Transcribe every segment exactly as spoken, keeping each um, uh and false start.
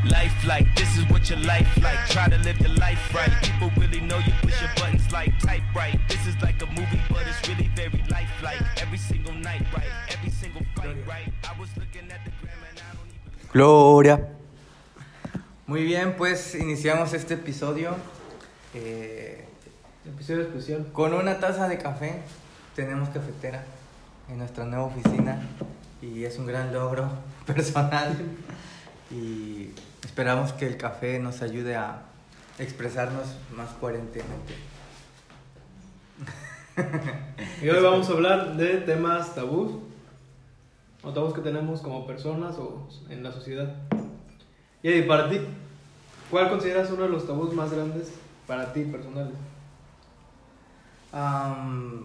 Life like, this is what your life like. Try to live your life right. People really know you push your buttons like type right. This is like a movie, but it's really very lifelike. Every single night, right? Every single fight, right? I was looking at the gram and I don't even... Gloria. Muy bien, pues iniciamos este episodio. Eh, Episodio especial. Con una taza de café. Tenemos cafetera en nuestra nueva oficina y es un gran logro personal. Y esperamos que el café nos ayude a expresarnos más coherentemente. Y hoy vamos a hablar de temas tabús, o tabús que tenemos como personas o en la sociedad. Y Eddie, para ti, ¿cuál consideras uno de los tabús más grandes para ti personales? Um,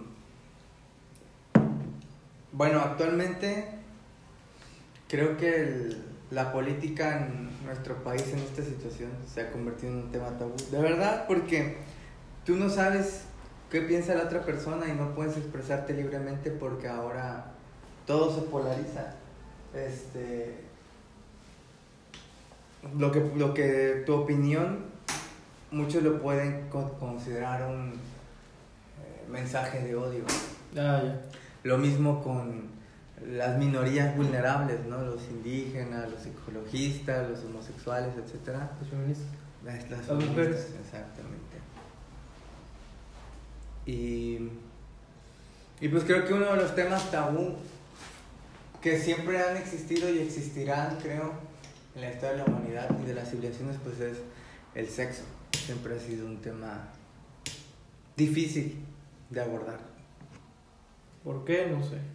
bueno, actualmente creo que el, la política en nuestro país en esta situación se ha convertido en un tema tabú. De verdad, porque tú no sabes qué piensa la otra persona y no puedes expresarte libremente porque ahora todo se polariza. Este, lo que, lo que tu opinión, muchos lo pueden considerar un eh, mensaje de odio. Ah, ya. Lo mismo con las minorías vulnerables, ¿no? Los indígenas, los ecologistas, los homosexuales, etcétera. Los feministas. Las, las Las feministas, mujeres. exactamente. Y, y pues creo que uno de los temas tabú que siempre han existido y existirán, creo, en la historia de la humanidad y de las civilizaciones, pues es el sexo. Siempre ha sido un tema difícil de abordar. ¿Por qué? No sé.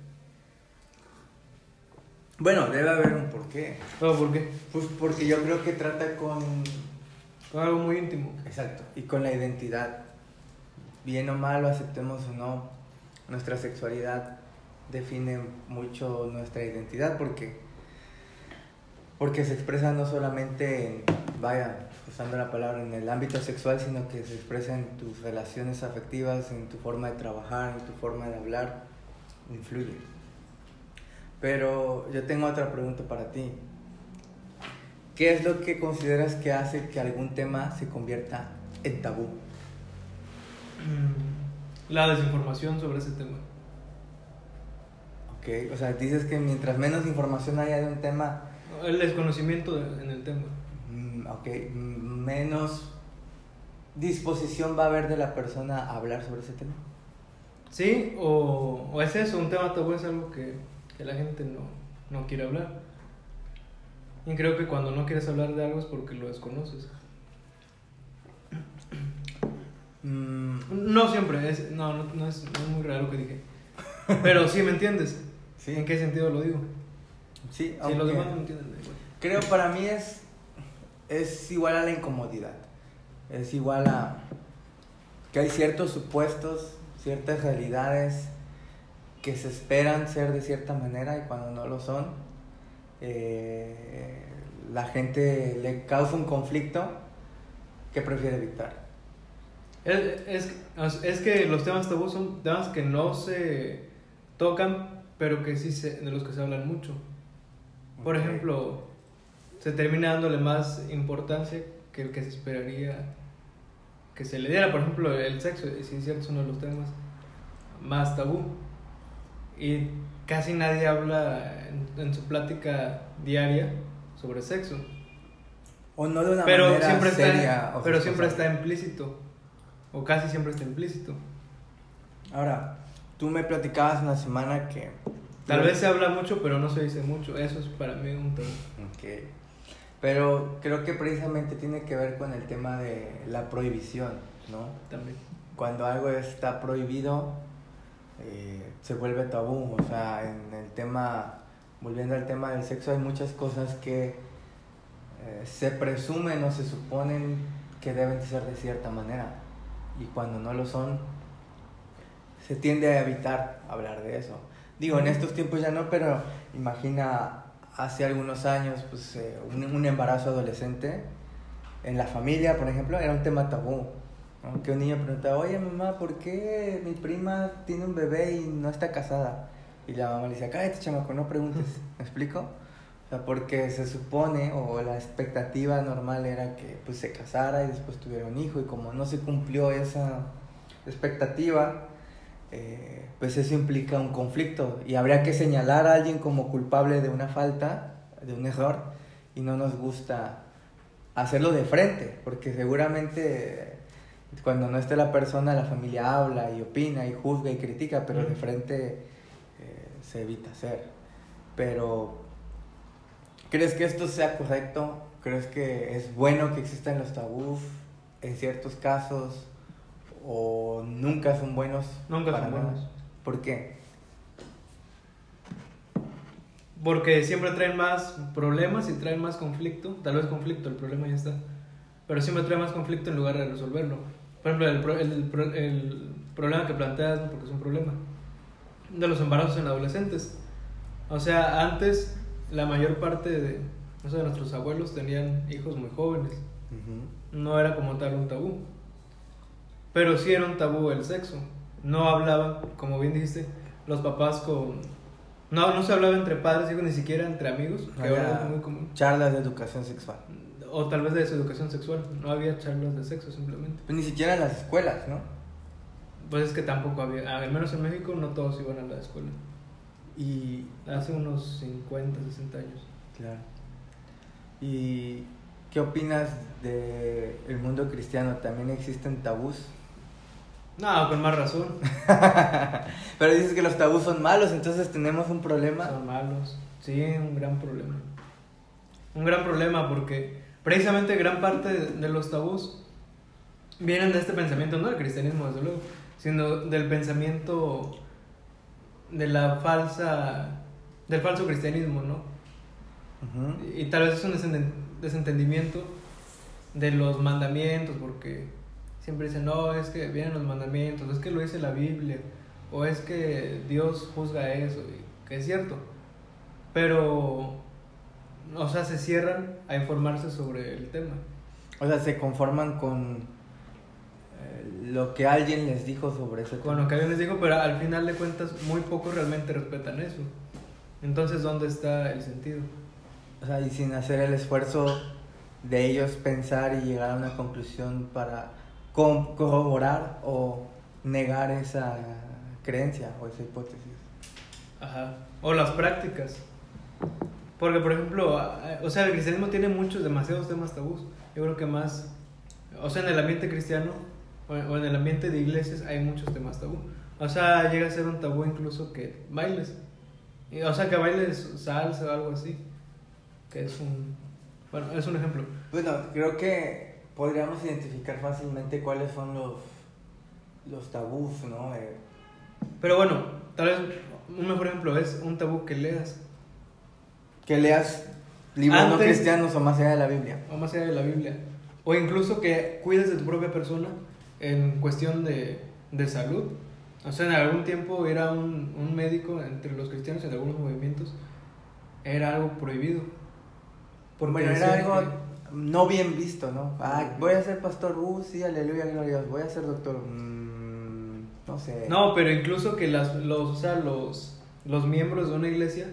Bueno, debe haber un porqué. ¿Pero por qué? Pues porque yo creo que trata con... Con algo muy íntimo. Exacto. Y con la identidad. Bien o mal, lo aceptemos o no, nuestra sexualidad define mucho nuestra identidad porque... Porque se expresa no solamente en, vaya, usando la palabra, en el ámbito sexual, sino que se expresa en tus relaciones afectivas, en tu forma de trabajar, en tu forma de hablar, influye. Pero yo tengo otra pregunta para ti. ¿Qué es lo que consideras que hace que algún tema se convierta en tabú? La desinformación sobre ese tema. Ok, o sea, dices que mientras menos información haya de un tema... El desconocimiento de, en el tema. Mm, ok, menos disposición va a haber de la persona a hablar sobre ese tema. Sí, o, o es eso, un tema tabú es algo que, que la gente no, no quiere hablar. Y creo que cuando no quieres hablar de algo es porque lo desconoces. Mm. No siempre, es, no, no, no, es, no es muy raro lo que dije. Pero sí me entiendes. Sí. ¿En qué sentido lo digo? Sí, Si los demás no entienden. Igual. Creo para mí es, es igual a la incomodidad. Es igual a que hay ciertos supuestos, ciertas realidades que se esperan ser de cierta manera y cuando no lo son, eh, la gente le causa un conflicto que prefiere evitar. Es, es, es que los temas tabú son temas que no se tocan, pero que sí se, de los que se hablan mucho. Por Okay. ejemplo, se termina dándole más importancia que el que se esperaría que se le diera. Por ejemplo, el sexo, si es cierto, es uno de los temas más tabú. Y casi nadie habla en, en su plática diaria sobre sexo. O no de una Pero manera siempre seria. está, o pero sea, siempre o sea, está implícito. O casi siempre está implícito. Ahora, tú me platicabas en la semana que... Tal vez se habla mucho, pero no se dice mucho. Eso es para mí un tabú. Ok. Pero creo que precisamente tiene que ver con el tema de la prohibición, ¿no? También. Cuando algo está prohibido, eh, se vuelve tabú. O sea, en el tema, volviendo al tema del sexo, hay muchas cosas que eh, se presumen o se suponen que deben ser de cierta manera. Y cuando no lo son, se tiende a evitar hablar de eso. Digo, en estos tiempos ya no, pero imagina hace algunos años, pues, eh, un, un embarazo adolescente en la familia, por ejemplo, era un tema tabú, ¿no? Que un niño preguntaba, oye mamá, ¿por qué mi prima tiene un bebé y no está casada? Y la mamá le decía, cállate chamaco, no preguntes, ¿me explico? O sea, porque se supone, o la expectativa normal era que pues se casara y después tuviera un hijo, y como no se cumplió esa expectativa, eh, pues eso implica un conflicto, y habría que señalar a alguien como culpable de una falta, de un error, y no nos gusta hacerlo de frente, porque seguramente cuando no esté la persona, la familia habla y opina y juzga y critica, pero de frente eh, se evita hacer. Pero ¿crees que esto sea correcto? ¿Crees que es bueno que existan los tabús en ciertos casos, o nunca son buenos? Nunca para son nada? buenos. ¿Por qué? Porque siempre traen más problemas y traen más conflicto. Tal vez conflicto, el problema ya está. Pero siempre trae más conflicto en lugar de resolverlo. Por ejemplo, el, pro- el, el, el problema que planteas, porque es un problema, de los embarazos en adolescentes. O sea, antes la mayor parte de, no sé, de nuestros abuelos tenían hijos muy jóvenes. Uh-huh. No era como tal un tabú. Pero sí era un tabú el sexo. No hablaban, como bien dijiste, los papás con... No, no se hablaba entre padres y hijos, ni siquiera entre amigos, que Había ahora es muy común. charlas de educación sexual. O tal vez de deseducación sexual. No había charlas de sexo simplemente. Pues ni siquiera en las escuelas, ¿no? Pues es que tampoco había, al menos en México no todos iban a la escuela. Y... Hace unos cincuenta, sesenta años. Claro. ¿Y qué opinas del mundo cristiano? ¿También existen tabús? No, con más razón. Pero dices que los tabús son malos, entonces tenemos un problema. Son malos. Sí, un gran problema. Un gran problema porque precisamente gran parte de, de los tabús vienen de este pensamiento, no del cristianismo desde luego, sino del pensamiento de la falsa, del falso cristianismo, ¿no? Uh-huh. Y tal vez es un desenten- desentendimiento de los mandamientos, porque siempre dicen, no, es que vienen los mandamientos, es que lo dice la Biblia, o es que Dios juzga eso, y que es cierto, pero, o sea, se cierran a informarse sobre el tema. O sea, se conforman con eh, lo que alguien les dijo sobre ese Con tema. lo que alguien les dijo, pero al final de cuentas muy pocos realmente respetan eso. Entonces, ¿dónde está el sentido? O sea, y sin hacer el esfuerzo de ellos pensar y llegar a una conclusión para com- corroborar o negar esa creencia o esa hipótesis. Ajá. O las prácticas. Porque, por ejemplo, o sea, el cristianismo tiene muchos, demasiados temas tabús. Yo creo que más, o sea, en el ambiente cristiano o en el ambiente de iglesias hay muchos temas tabú. O sea, llega a ser un tabú incluso que bailes. O sea, que bailes salsa o algo así. Que es un, bueno, es un ejemplo. Bueno, creo que podríamos identificar fácilmente cuáles son los, los tabús, ¿no? Eh, Pero bueno, tal vez un mejor ejemplo es un tabú que leas. que leas libros no Antes- cristianos o más allá de la Biblia. O más allá de la Biblia. O incluso que cuides de tu propia persona en cuestión de, de salud. O sea, en algún tiempo era un, un médico entre los cristianos en algunos movimientos. Era algo prohibido. Porque Bueno, era decían algo que- no bien visto, ¿no? Ah, voy a ser pastor, uh, sí, aleluya, gloria a Dios. Voy a ser doctor, mm, no sé. No, pero incluso que las, los, o sea, los, los miembros de una iglesia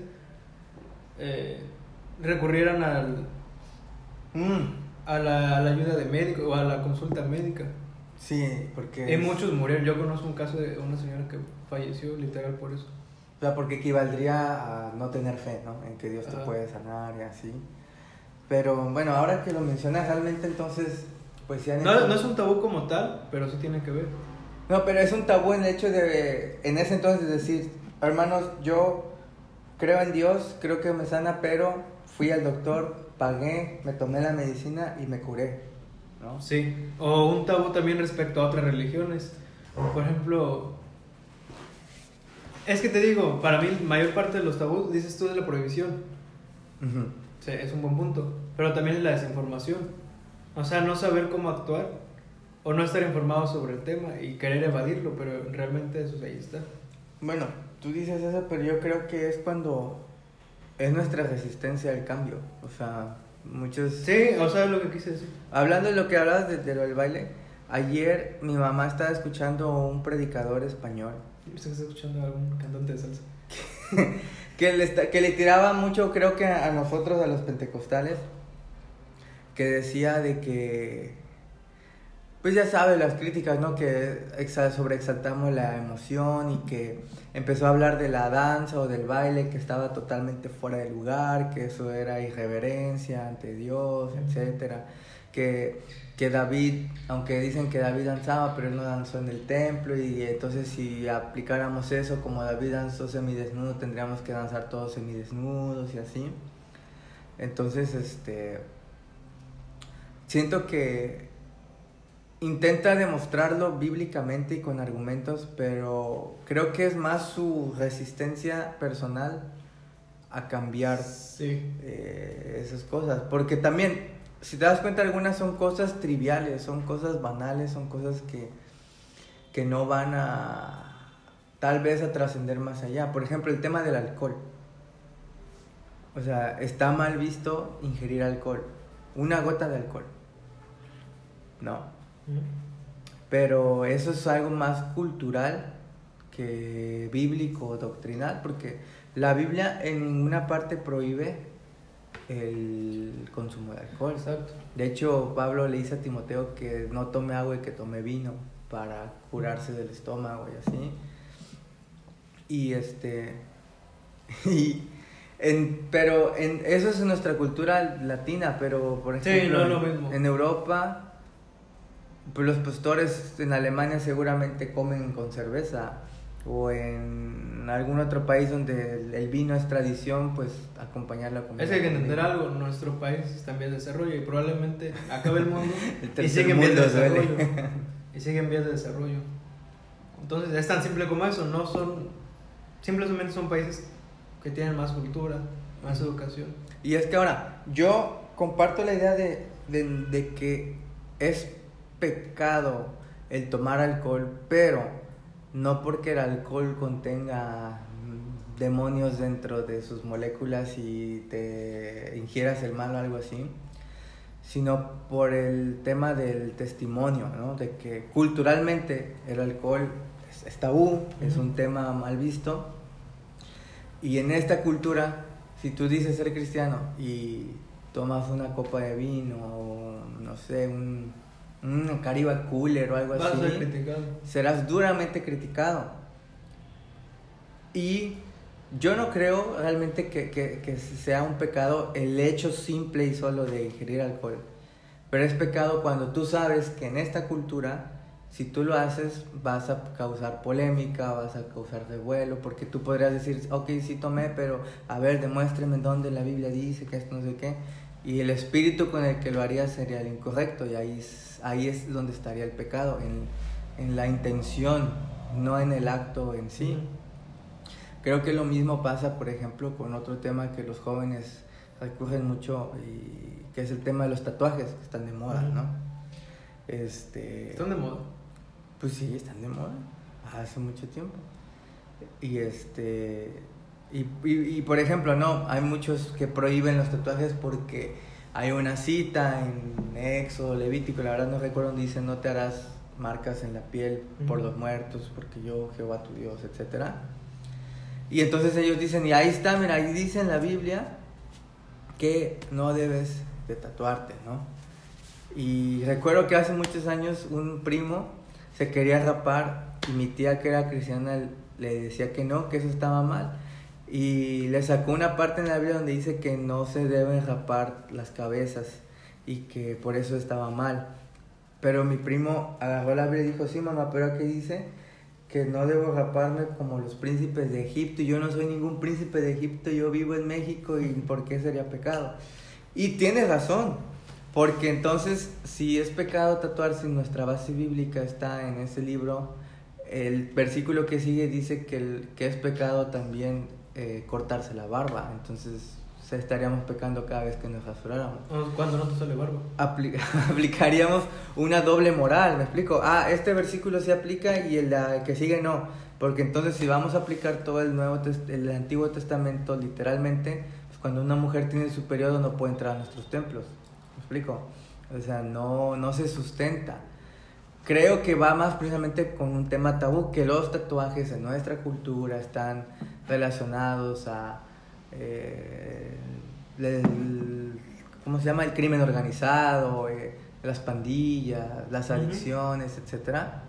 eh, recurrieran al, Mm, a, la, a la ayuda de médico o a la consulta médica. sí, porque... Y muchos murieron. Yo conozco un caso de una señora que falleció literal por eso. O sea, porque equivaldría a no tener fe, ¿no? En que Dios te Ajá. puede sanar y así. Pero bueno, ahora que lo mencionas, realmente entonces, pues sí han No, hecho- no es un tabú como tal, pero sí tiene que ver. No, pero es un tabú en el hecho de, en ese entonces, decir, hermanos, yo creo en Dios, creo que me sana, pero fui al doctor, pagué, me tomé la medicina y me curé, ¿no? Sí. O un tabú también respecto a otras religiones. Por ejemplo, es que te digo, para mí, mayor parte de los tabús, dices tú, es la prohibición. Ujú. Sí, es un buen punto. Pero también es la desinformación. O sea, no saber cómo actuar o no estar informado sobre el tema y querer evadirlo, pero realmente eso ahí está. Bueno, tú dices eso, pero yo creo que es cuando es nuestra resistencia al cambio. O sea, muchos... Sí, o sea, es lo que quise decir. Hablando de lo que hablabas de, de lo del baile, ayer mi mamá estaba escuchando un predicador español. ¿Estás escuchando a algún cantante de salsa? que, le, que le tiraba mucho, creo que a nosotros, a los pentecostales, que decía de que, pues ya sabes, las críticas, ¿no? Que exa, sobreexaltamos la emoción y que empezó a hablar de la danza o del baile que estaba totalmente fuera de lugar, que eso era irreverencia ante Dios, etcétera. Que, que David, aunque dicen que David danzaba, pero él no danzó en el templo, y entonces si aplicáramos eso, como David danzó semidesnudo, tendríamos que danzar todos semidesnudos y así. Entonces, este, siento que intenta demostrarlo bíblicamente y con argumentos, pero creo que es más su resistencia personal a cambiar sí. eh, esas cosas, porque también, si te das cuenta, algunas son cosas triviales, son cosas banales, son cosas que, que no van a, tal vez, a trascender más allá. Por ejemplo, el tema del alcohol. O sea, está mal visto ingerir alcohol, una gota de alcohol, ¿no? Pero eso es algo más cultural que bíblico o doctrinal, porque la Biblia en ninguna parte prohíbe el consumo de alcohol. Exacto. De hecho, Pablo le dice a Timoteo que no tome agua y que tome vino para curarse del estómago y así. Y este y en, pero en, eso es nuestra cultura latina, pero por ejemplo, sí, no es lo mismo. En Europa, pues los pastores en Alemania seguramente comen con cerveza, o en algún otro país donde el, el vino es tradición, pues acompañarla con... Es que hay que entender algo, nuestro país está en vías de desarrollo y probablemente acabe el mundo el y sigue en vías de desarrollo. Duele. Y sigue en vías de desarrollo. Entonces es tan simple como eso, no son, simplemente son países que tienen más cultura, más educación. Y es que ahora, yo comparto la idea de, de, de que es pecado el tomar alcohol, pero no porque el alcohol contenga demonios dentro de sus moléculas y te ingieras el mal o algo así, sino por el tema del testimonio, ¿no? De que culturalmente el alcohol es, es tabú, uh-huh. es un tema mal visto, y en esta cultura, si tú dices ser cristiano y tomas una copa de vino o no sé, un un Caribe Cooler o algo Vas así, a ser criticado. serás duramente criticado. Y yo no creo realmente que, que, que sea un pecado el hecho simple y solo de ingerir alcohol, pero es pecado cuando tú sabes que en esta cultura, si tú lo haces, vas a causar polémica, vas a causar revuelo, porque tú podrías decir, ok, sí tomé, pero a ver, demuéstreme en dónde la Biblia dice que esto no sé qué, y el espíritu con el que lo harías sería el incorrecto, y ahí ahí es donde estaría el pecado, en, en la intención, no en el acto en sí. Uh-huh. Creo que lo mismo pasa, por ejemplo, con otro tema que los jóvenes recurren mucho, y que es el tema de los tatuajes, que están de moda, uh-huh. ¿no? Este, ¿Están de moda? Pues sí, están de moda, hace mucho tiempo. Y este... Y, y, y por ejemplo, no, hay muchos que prohíben los tatuajes porque hay una cita en Éxodo, Levítico, la verdad no recuerdo, donde dice no te harás marcas en la piel por los muertos, porque yo, Jehová tu Dios, etcétera. Y entonces ellos dicen, y ahí está, mira, ahí dice en la Biblia que no debes de tatuarte, ¿no? Y recuerdo que hace muchos años un primo se quería rapar y mi tía, que era cristiana, le decía que no, que eso estaba mal. Y le sacó una parte en la Biblia donde dice que no se deben rapar las cabezas y que por eso estaba mal. Pero mi primo agarró la Biblia y dijo, sí mamá, pero aquí dice que no debo raparme como los príncipes de Egipto, y yo no soy ningún príncipe de Egipto, yo vivo en México, y ¿por qué sería pecado? Y tiene razón, porque entonces si es pecado tatuarse, nuestra base bíblica está en ese libro. El versículo que sigue dice que, el, que es pecado también Eh, cortarse la barba, entonces estaríamos pecando cada vez que nos rasuráramos. ¿Cuándo no te sale barba? Apli- aplicaríamos una doble moral, ¿me explico? Ah, este versículo sí aplica y el, el que sigue no, porque entonces si vamos a aplicar todo el nuevo test- el Antiguo Testamento literalmente, pues cuando una mujer tiene su periodo no puede entrar a nuestros templos, ¿me explico? O sea, no, no se sustenta. Creo que va más precisamente con un tema tabú, que los tatuajes en nuestra cultura están relacionados a eh, el, ¿cómo se llama? El crimen organizado, eh, las pandillas, las adicciones, uh-huh. etcétera.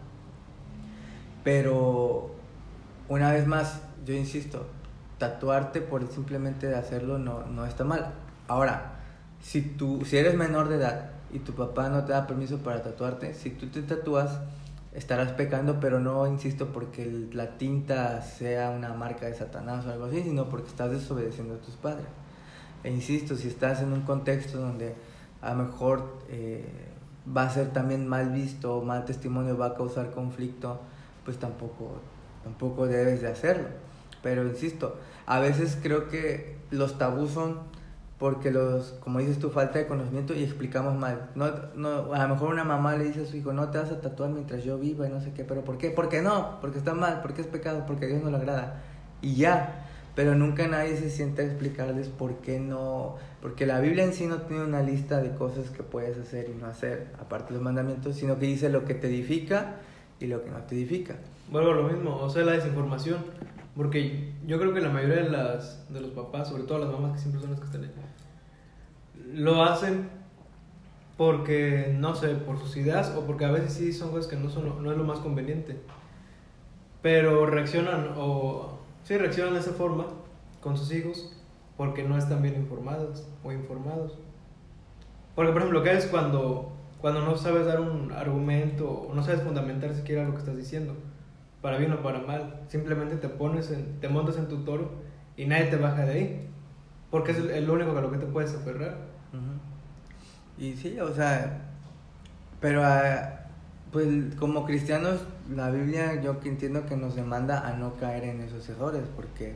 Pero una vez más, yo insisto, tatuarte por simplemente de hacerlo no, no está mal. Ahora, si tú, si eres menor de edad y tu papá no te da permiso para tatuarte, si tú te tatúas, estarás pecando, pero no, insisto, porque el, la tinta sea una marca de Satanás o algo así, sino porque estás desobedeciendo a tus padres. E insisto, si estás en un contexto donde a lo mejor eh, va a ser también mal visto, mal testimonio, va a causar conflicto, pues tampoco, tampoco debes de hacerlo. Pero insisto, a veces creo que los tabús son porque los, como dices tú, falta de conocimiento y explicamos mal. No, no, a lo mejor una mamá le dice a su hijo, no te vas a tatuar mientras yo viva y no sé qué, pero ¿por qué? Porque no, porque está mal, porque es pecado, porque a Dios no le agrada. Y ya, pero nunca nadie se sienta a explicarles por qué no, porque la Biblia en sí no tiene una lista de cosas que puedes hacer y no hacer, aparte de los mandamientos, sino que dice lo que te edifica y lo que no te edifica. Vuelvo a lo mismo, o sea, la desinformación, porque yo creo que la mayoría de, las, de los papás, sobre todo las mamás que siempre son las que están ahí, lo hacen porque, no sé, por sus ideas o porque a veces sí son cosas que no, son, no es lo más conveniente, pero reaccionan o sí reaccionan de esa forma con sus hijos porque no están bien informados o informados. Porque, por ejemplo, ¿qué es cuando, cuando no sabes dar un argumento o no sabes fundamentar siquiera lo que estás diciendo, para bien o para mal? Simplemente te pones en, te montas en tu toro y nadie te baja de ahí, porque es el, el único a lo que te puedes aferrar. Uh-huh. Y sí, o sea, pero uh, pues como cristianos la Biblia yo que entiendo que nos demanda a no caer en esos errores, porque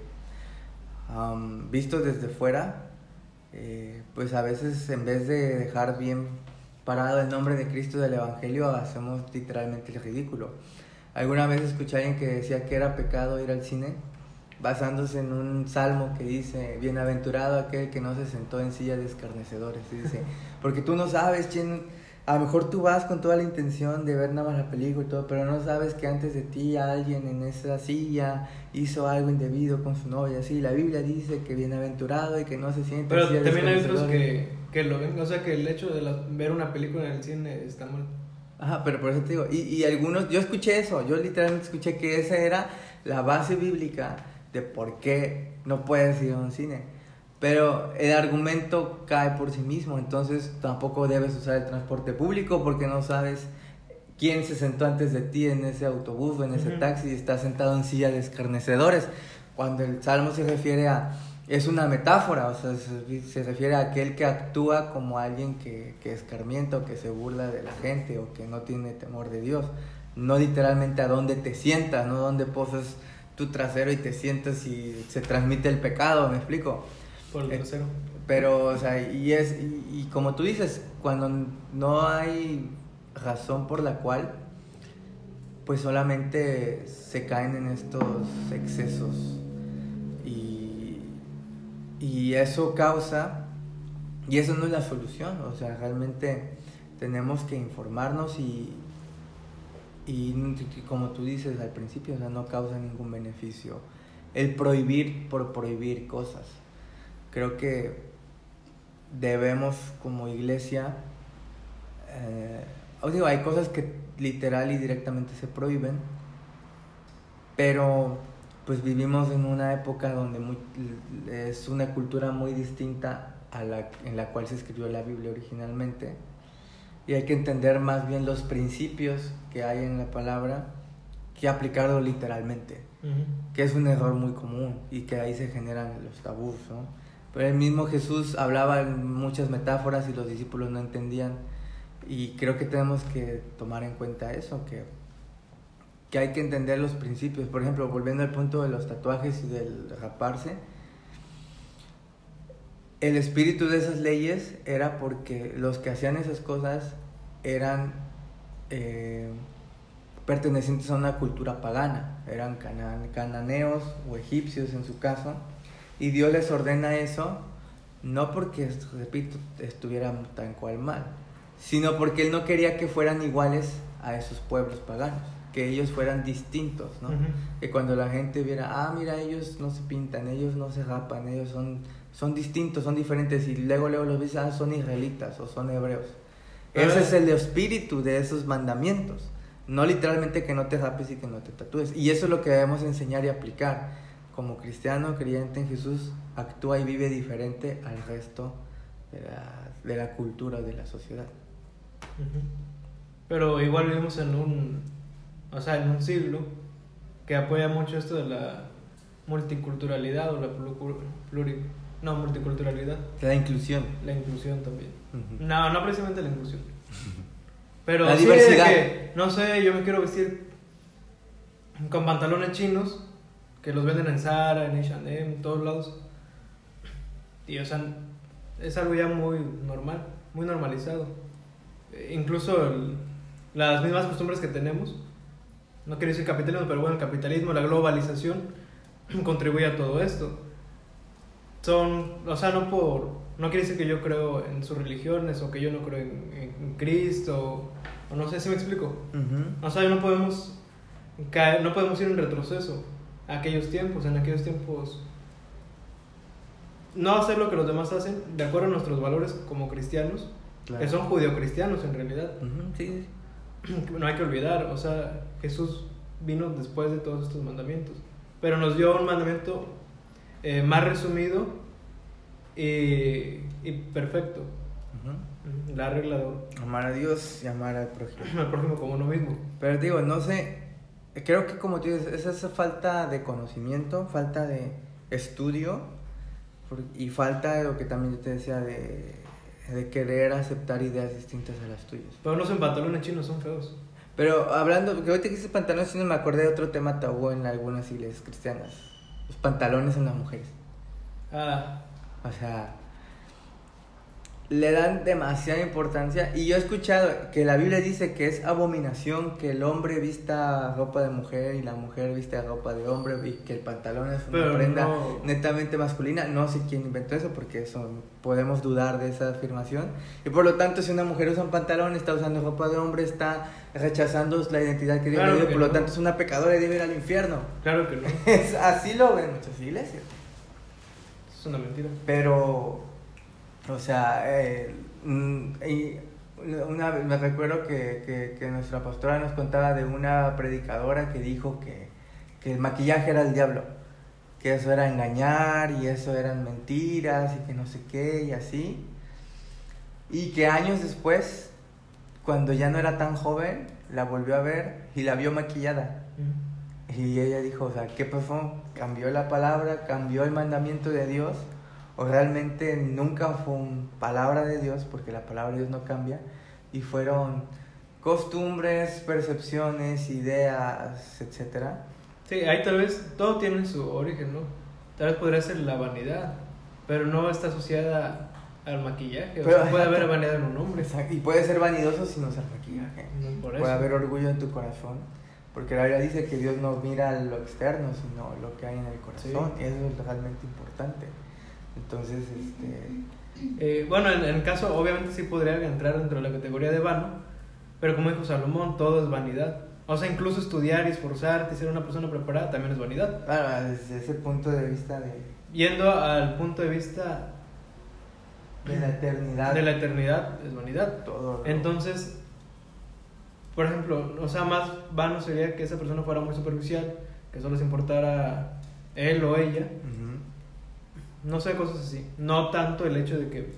um, visto desde fuera, eh, pues a veces en vez de dejar bien parado el nombre de Cristo del Evangelio, hacemos literalmente el ridículo. Alguna vez escuché a alguien que decía que era pecado ir al cine, basándose en un salmo que dice, bienaventurado aquel que no se sentó en silla de escarnecedores. Y dice, porque tú no sabes quién, a lo mejor tú vas con toda la intención de ver nada más la película y todo, pero no sabes que antes de ti alguien en esa silla hizo algo indebido con su novia. Sí, la Biblia dice que bienaventurado y que no se siente pero en silla de también escarnecedores. hay otros que, que lo ven, o sea que el hecho de la, ver una película en el cine está mal. Ajá, pero por eso te digo, y, y algunos, yo escuché eso, yo literalmente escuché que esa era la base bíblica de por qué no puedes ir a un cine. Pero el argumento cae por sí mismo, entonces tampoco debes usar el transporte público porque no sabes quién se sentó antes de ti en ese autobús o en ese uh-huh. taxi y está sentado en silla de escarnecedores. Cuando el salmo se refiere a, es una metáfora, o sea, se, se refiere a aquel que actúa como alguien que, que escarmienta o que se burla de la gente o que no tiene temor de Dios. No literalmente a dónde te sientas, no dónde posas tu trasero y te sientas y se transmite el pecado, ¿me explico? Por el trasero. Eh, pero, o sea, y es y, y como tú dices, cuando no hay razón por la cual, pues solamente se caen en estos excesos y, y eso causa, y eso no es la solución, o sea, realmente tenemos que informarnos y Y como tú dices al principio, o sea, no causa ningún beneficio el prohibir por prohibir cosas. Creo que debemos como iglesia, eh, os digo, hay cosas que literal y directamente se prohíben, pero pues vivimos en una época donde muy, es una cultura muy distinta a la en la cual se escribió la Biblia originalmente. Y hay que entender más bien los principios que hay en la palabra que aplicarlo literalmente, uh-huh. que es un error muy común y que ahí se generan los tabús, ¿no? Pero el mismo Jesús hablaba en muchas metáforas y los discípulos no entendían, y creo que tenemos que tomar en cuenta eso, que, que hay que entender los principios. Por ejemplo, volviendo al punto de los tatuajes y del raparse, el espíritu de esas leyes era porque los que hacían esas cosas eran eh, pertenecientes a una cultura pagana, eran cana- cananeos o egipcios en su caso, y Dios les ordena eso no porque, repito, estuvieran tan cual mal, sino porque Él no quería que fueran iguales a esos pueblos paganos. que ellos fueran distintos, ¿no? Ujú. Que cuando la gente viera, ah, mira, ellos no se pintan, ellos no se rapan, ellos son, son distintos, son diferentes, y luego luego los ves, ah, son israelitas o son hebreos. Pero Ese es- es el espíritu de esos mandamientos, no literalmente que no te rapes y que no te tatúes. Y eso es lo que debemos enseñar y aplicar. Como cristiano creyente en Jesús, actúa y vive diferente al resto de la, de la cultura, de la sociedad. Ujú. Pero igual vivimos en un, o sea, en un siglo que apoya mucho esto de la multiculturalidad o la pluri, pluri- no, multiculturalidad, La inclusión. la inclusión también. Ujú. No, no precisamente la inclusión. Pero La sí diversidad. de que, no sé, yo me quiero vestir con pantalones chinos que los venden en Zara, en H and M, en todos lados. Y o sea, es algo ya muy normal, muy normalizado. Eh, Incluso el- las mismas costumbres que tenemos, no quiero decir capitalismo, pero bueno, el capitalismo, la globalización contribuye a todo esto. Son, o sea, no por, no quiere decir que yo creo en sus religiones o que yo no creo en, en Cristo, o no sé si me explico. Ujú. O sea, no podemos caer, no podemos ir en retroceso a aquellos tiempos, en aquellos tiempos no hacer lo que los demás hacen de acuerdo a nuestros valores como cristianos, Claro. que son judeocristianos en realidad. Ujú, sí, sí. No hay que olvidar, o sea, Jesús vino después de todos estos mandamientos, pero nos dio un mandamiento eh, más resumido y, y perfecto. Ujú. La regla de oro. Amar a Dios y amar al prójimo. Al prójimo como uno mismo. Pero digo, no sé, creo que como tú dices, es esa falta de conocimiento, falta de estudio por- y falta de lo que también yo te decía de, de querer aceptar ideas distintas a las tuyas. Pero no son pantalones chinos, son feos. Pero hablando, que ahorita que dices pantalones chinos me acordé de otro tema tabú en algunas iglesias cristianas, los pantalones en las mujeres. Ah, O sea, le dan demasiada importancia. Y yo he escuchado que la Biblia dice que es abominación que el hombre vista ropa de mujer y la mujer vista ropa de hombre, y que el pantalón es una Pero prenda no. netamente masculina. No sé quién inventó eso, porque eso podemos dudar de esa afirmación. Y por lo tanto, si una mujer usa un pantalón, está usando ropa de hombre, está rechazando la identidad que Dios Claro le dio. que Por lo no. tanto, es una pecadora y debe ir al infierno. claro que no. Es, así lo ven muchas iglesias. Es una mentira. Pero, o sea, eh, mm, y una vez me recuerdo que, que, que nuestra pastora nos contaba de una predicadora que dijo que, que el maquillaje era el diablo, que eso era engañar y eso eran mentiras y que no sé qué y así. Y que años después, cuando ya no era tan joven, la volvió a ver y la vio maquillada. Y ella dijo, o sea, ¿qué pasó? ¿Cambió la palabra? ¿Cambió el mandamiento de Dios? ¿O realmente nunca fue una palabra de Dios? Porque la palabra de Dios no cambia. Y fueron costumbres, percepciones, ideas, etcétera. Sí, ahí tal vez todo tiene su origen, ¿no? Tal vez podría ser la vanidad, pero no está asociada al maquillaje. O Pero- sea, puede haber vanidad en un hombre. Exacto. Y puede ser vanidoso sin usar maquillaje. No por Puede eso. haber orgullo en tu corazón. Porque la Biblia dice que Dios no mira lo externo, sino lo que hay en el corazón. Sí. Y eso es realmente importante. Entonces, este... Eh, bueno, en el caso, obviamente sí podría entrar dentro de la categoría de vano, pero como dijo Salomón, todo es vanidad. O sea, incluso estudiar y esforzarte y ser una persona preparada también es vanidad. Claro, desde ese punto de vista de, Yendo al punto de vista de la eternidad. de la eternidad, es vanidad. todo. lo- Entonces, por ejemplo, o sea, más vano sería que esa persona fuera muy superficial, que solo se importara él o ella. Ujú. No sé, cosas así. No tanto el hecho de que,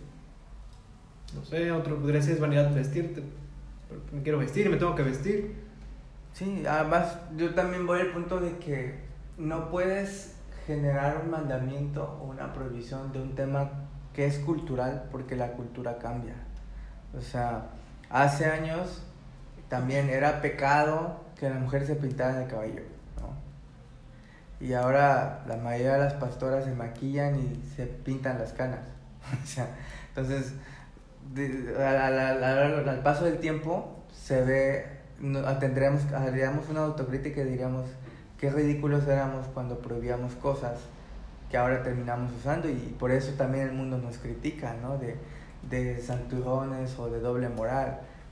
no sé, otro podría decir es vanidad vestirte. Pero me quiero vestir y me tengo que vestir. Sí, además yo también voy al punto de que no puedes generar un mandamiento o una prohibición de un tema que es cultural porque la cultura cambia. O sea, hace años también era pecado que la mujer se pintara el cabello, ¿no? Y ahora la mayoría de las pastoras se maquillan y se pintan las canas. O sea, entonces, de- a- a- a- a- al paso del tiempo se ve, no, tendremos, haríamos una autocrítica y diríamos qué ridículos éramos cuando prohibíamos cosas que ahora terminamos usando, y por eso también el mundo nos critica, ¿no? De, de santurrones o de doble moral,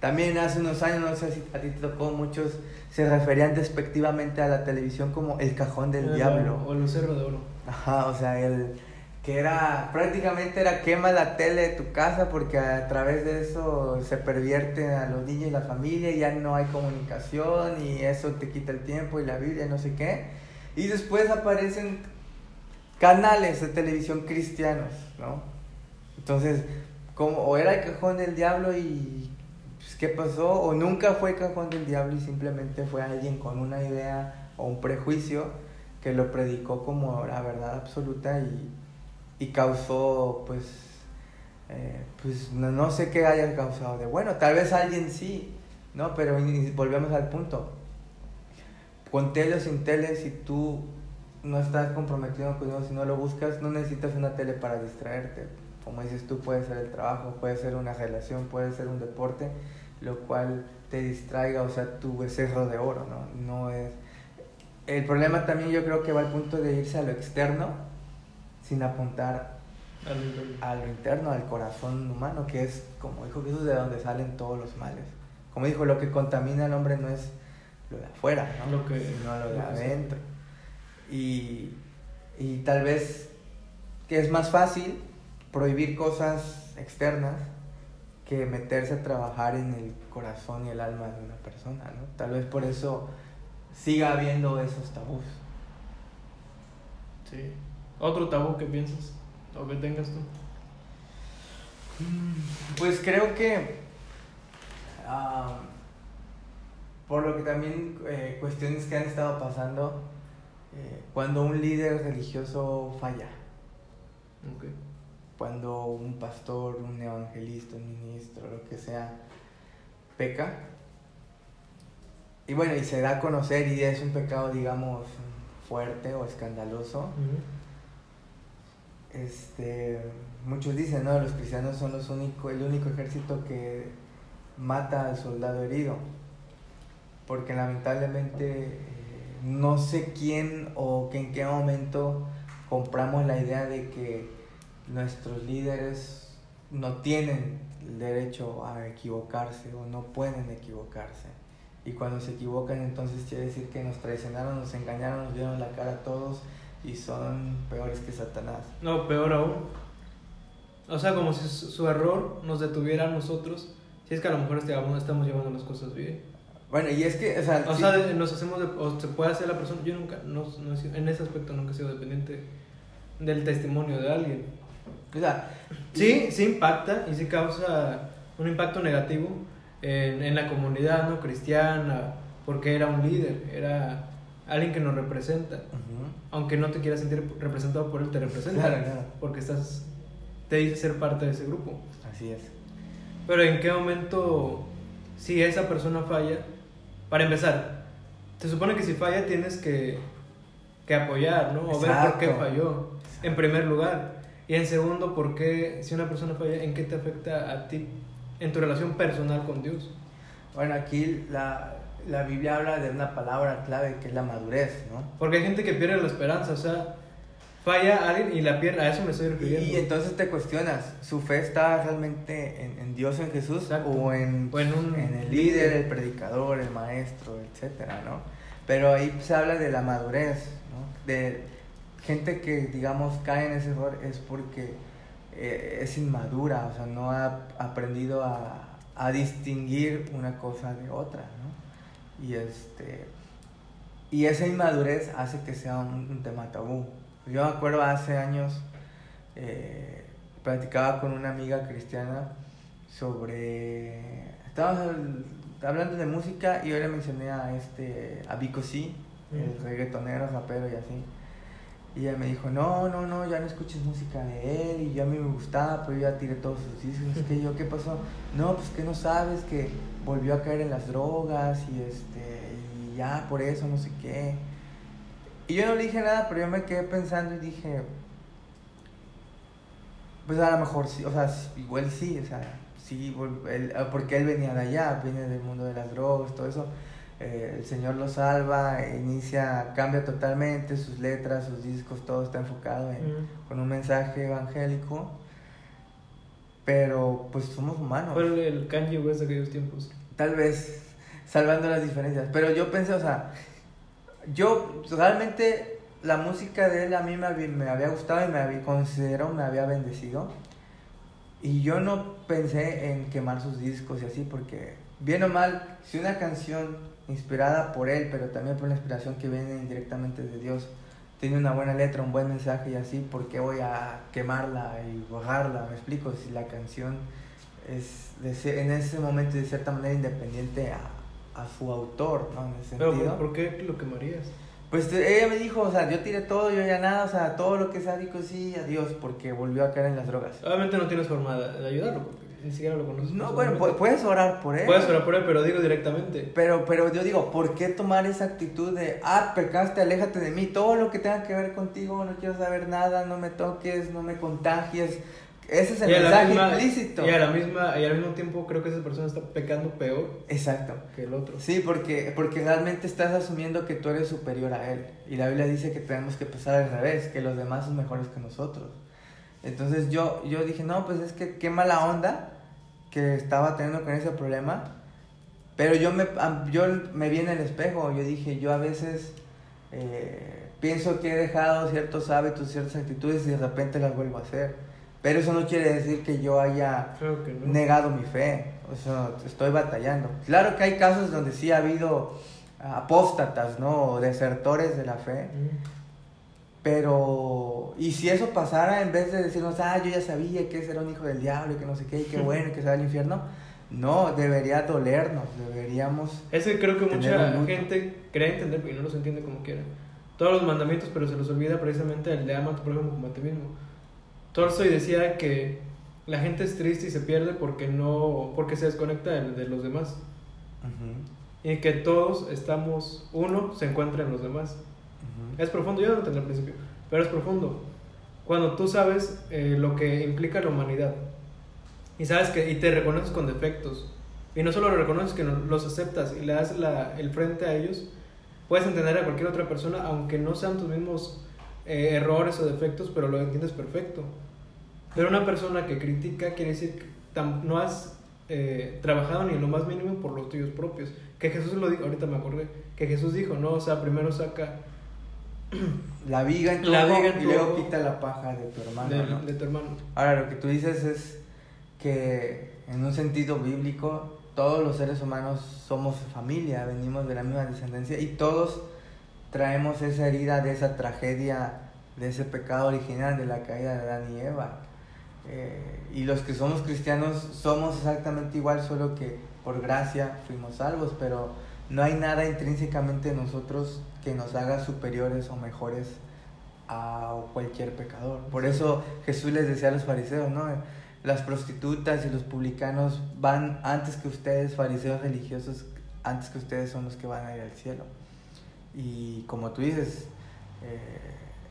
También hace unos años, no sé si a ti te tocó, muchos se referían despectivamente a la televisión como el cajón del El- diablo. O el cerro de oro. Ajá, o sea, el que era, prácticamente era quema la tele de tu casa porque a través de eso se pervierte a los niños y la familia y ya no hay comunicación y eso te quita el tiempo y la Biblia y no sé qué. Y después aparecen canales de televisión cristianos, ¿no? Entonces, como, o era el cajón del diablo y pues, ¿qué pasó? O nunca fue el cajón del diablo y simplemente fue alguien con una idea o un prejuicio que lo predicó como la verdad absoluta y, y causó, pues, eh, pues no, no sé qué haya causado de bueno, tal vez alguien sí, ¿no? Pero y volvemos al punto, con tele o sin tele, si tú no estás comprometido con Dios, si no lo buscas, no necesitas una tele para distraerte. Como dices tú, puede ser el trabajo, puede ser una relación, puede ser un deporte, lo cual te distraiga, o sea, tu becerro de oro, ¿no? No es... El problema también yo creo que va al punto de irse a lo externo sin apuntar Al interno. a lo interno, al corazón humano, que es, como dijo Jesús, de donde salen todos los males. Como dijo, lo que contamina al hombre no es lo de afuera, ¿no? Lo que- sino lo de lo que se- adentro. Y, y tal vez que es más fácil prohibir cosas externas que meterse a trabajar en el corazón y el alma de una persona, ¿no? Tal vez por eso siga habiendo esos tabús. Sí. ¿Otro tabú que piensas o que tengas tú? Pues creo que ah, por lo que también eh, cuestiones que han estado pasando, eh, cuando un líder religioso falla, Ok. cuando un pastor, un evangelista, un ministro, lo que sea, peca, y bueno, y se da a conocer y es un pecado, digamos, fuerte o escandaloso, este, muchos dicen, no, los cristianos son los único, el único ejército que mata al soldado herido, porque lamentablemente eh, no sé quién o que en qué momento compramos la idea de que nuestros líderes no tienen el derecho a equivocarse o no pueden equivocarse, y cuando se equivocan entonces quiere decir que nos traicionaron, nos engañaron, nos dieron la cara a todos y son peores que Satanás. No, peor aún. O sea, como si su, su error nos detuviera a nosotros. Si es que a lo mejor estamos, estamos llevando las cosas bien. Bueno, y es que, o sea, O sí, sea, de- nos hacemos de- o se puede hacer la persona. Yo nunca, no, no he sido- en ese aspecto nunca he sido dependiente del testimonio de alguien. o sea, Sí, sí impacta y sí causa un impacto negativo en, en la comunidad no cristiana, porque era un líder, era alguien que nos representa. ujú, Aunque no te quieras sentir representado por él, te representa. Claro, claro. Porque estás, te dice ser parte de ese grupo. así es. Pero ¿en qué momento, si esa persona falla? Para empezar, se supone que si falla tienes que, que apoyar, ¿no? O ver por qué Exacto. falló, en primer lugar. Y en segundo, por qué, si una persona falla, ¿en qué te afecta a ti, en tu relación personal con Dios? Bueno, aquí la, la Biblia habla de una palabra clave que es la madurez, ¿no? Porque hay gente que pierde la esperanza, o sea, falla alguien y la pierde, a eso me estoy Y, refiriendo. y entonces te cuestionas, ¿su fe está realmente en, en Dios, en Jesús? Exacto. O en, O en un en el líder. líder, el predicador, el maestro, etcétera, ¿no? Pero ahí se habla de la madurez, ¿no? De gente que, digamos, cae en ese error es porque eh, es inmadura, o sea, no ha aprendido a, a distinguir una cosa de otra, ¿no? Y, este, y esa inmadurez hace que sea un, un tema tabú. Yo me acuerdo hace años, eh, platicaba con una amiga cristiana sobre... Estábamos al- hablando de música y yo le mencioné a, este, a Vico C, el Mm. reggaetonero, rapero y así. Y ella me dijo, no, no, no, ya no escuches música de él, y yo a mí me gustaba, pero yo ya tiré todos sus discos. Es que yo, ¿qué pasó? No, pues que no sabes que volvió a caer en las drogas y este y ya por eso no sé qué. Y yo no le dije nada, pero yo me quedé pensando y dije, pues a lo mejor sí, o sea, igual sí, o sea, sí, vol- él- porque él venía de allá, viene del mundo de las drogas, todo eso. Eh, el Señor lo salva, inicia, cambia totalmente sus letras, sus discos, todo está enfocado en, Mm. con un mensaje evangélico. pero pues somos humanos. Fue el, el Kanye West de aquellos tiempos. Tal vez, salvando las diferencias. Pero yo pensé, o sea, yo realmente la música de él a mí me había, me había gustado y me había, considero me había bendecido. Y yo no pensé en quemar sus discos y así, porque bien o mal, si una canción inspirada por él, pero también por una inspiración que viene indirectamente de Dios, tiene una buena letra, un buen mensaje y así, ¿por qué voy a quemarla y bajarla? Me explico, si la canción es de ser, en ese momento de cierta manera independiente a, a su autor, ¿no? En ese sentido. Pero ¿por qué lo quemarías? Pues ella me dijo, o sea, yo tiré todo, yo ya nada, o sea, todo lo que sea dijo sí, adiós, porque volvió a caer en las drogas. Obviamente no tienes forma de, de ayudarlo, porque ni siquiera lo conoces. No, bueno, pu- puedes orar por él. Puedes orar por él, pero digo directamente. Pero, pero yo digo, ¿por qué tomar esa actitud de, ah, pecaste, aléjate de mí, todo lo que tenga que ver contigo, no quiero saber nada, no me toques, no me contagies? Ese es el y mensaje misma, implícito. Y, a la misma, y al mismo tiempo creo que esa persona está pecando peor. Exacto. Que el otro. Sí, porque, porque realmente estás asumiendo que tú eres superior a él. Y la Biblia dice que tenemos que pensar al revés, que los demás son mejores que nosotros. Entonces yo, yo dije, no, pues es que qué mala onda que estaba teniendo con ese problema. Pero yo me, yo me vi en el espejo, yo dije, yo a veces eh, pienso que he dejado ciertos hábitos, ciertas actitudes y de repente las vuelvo a hacer. Pero eso no quiere decir que yo haya Creo que no. negado mi fe, o sea, estoy batallando. Claro que hay casos donde sí ha habido apóstatas, ¿no? O desertores de la fe. Mm. Pero, y si eso pasara, en vez de decirnos, ah, yo ya sabía que ese era un hijo del diablo y que no sé qué, y qué bueno, y que se va al infierno, no, debería dolernos, deberíamos... Es que creo que tener mucha un luto. gente cree entender y no los entiende como quiera. Todos los mandamientos, pero se los olvida precisamente el de ama a tu prójimo como a ti mismo. Tolstoy decía que la gente es triste y se pierde porque no porque se desconecta de, de los demás. Uh-huh. Y que todos estamos, uno se encuentra en los demás. Uh-huh. Es profundo, yo no lo entendí al principio, pero es profundo. Cuando tú sabes eh, lo que implica la humanidad y sabes que y te reconoces con defectos y no solo lo reconoces, que no, los aceptas y le das la, el frente a ellos, puedes entender a cualquier otra persona aunque no sean tus mismos eh, errores o defectos, pero lo entiendes perfecto. Pero una persona que critica quiere decir que tam, no has eh, trabajado ni en lo más mínimo por los tuyos propios. Que Jesús lo dijo, ahorita me acordé, que Jesús dijo, no, o sea, primero saca la viga en tu la ojo viga en y tu luego ojo quita la paja de tu hermano, de, ¿no? de tu hermano. Ahora, lo que tú dices es que en un sentido bíblico todos los seres humanos somos familia, venimos de la misma descendencia y todos traemos esa herida de esa tragedia, de ese pecado original de la caída de Adán y Eva. Eh, y los que somos cristianos somos exactamente igual, solo que por gracia fuimos salvos, pero no hay nada intrínsecamente en nosotros que nos haga superiores o mejores a cualquier pecador. Por eso Jesús les decía a los fariseos, ¿no? Las prostitutas y los publicanos van antes que ustedes, fariseos religiosos, antes que ustedes son los que van a ir al cielo. Y como tú dices, eh,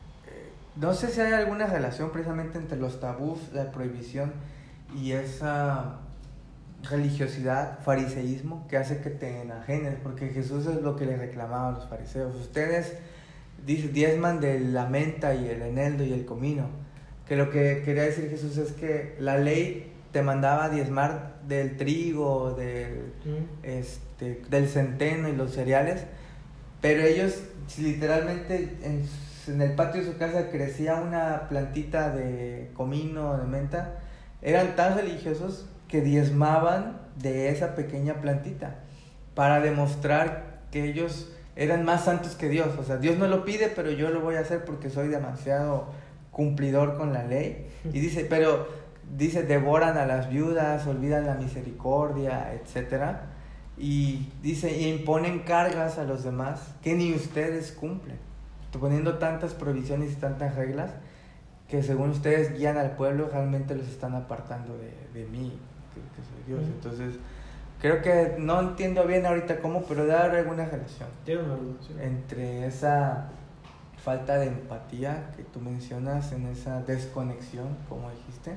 no sé si hay alguna relación precisamente entre los tabús, la prohibición y esa religiosidad, fariseísmo, que hace que te enajenes, porque Jesús es lo que le reclamaba a los fariseos. Ustedes dice, diezman de la menta y el eneldo y el comino, que lo que quería decir Jesús es que la ley te mandaba diezmar del trigo, del, Mm. este, del centeno y los cereales, pero ellos literalmente en en el patio de su casa crecía una plantita de comino, de menta, eran tan religiosos que diezmaban de esa pequeña plantita para demostrar que ellos eran más santos que Dios. O sea, Dios no lo pide, pero yo lo voy a hacer porque soy demasiado cumplidor con la ley. Y dice, pero dice, devoran a las viudas, olvidan la misericordia, etcétera. Y dice, y imponen cargas a los demás que ni ustedes cumplen, poniendo tantas provisiones y tantas reglas que según ustedes guían al pueblo, realmente los están apartando de, de mí, que, que soy Dios. Uh-huh. Entonces, creo que no entiendo bien ahorita cómo, pero debe haber alguna relación Tiene una relación entre esa falta de empatía que tú mencionas, en esa desconexión, como dijiste,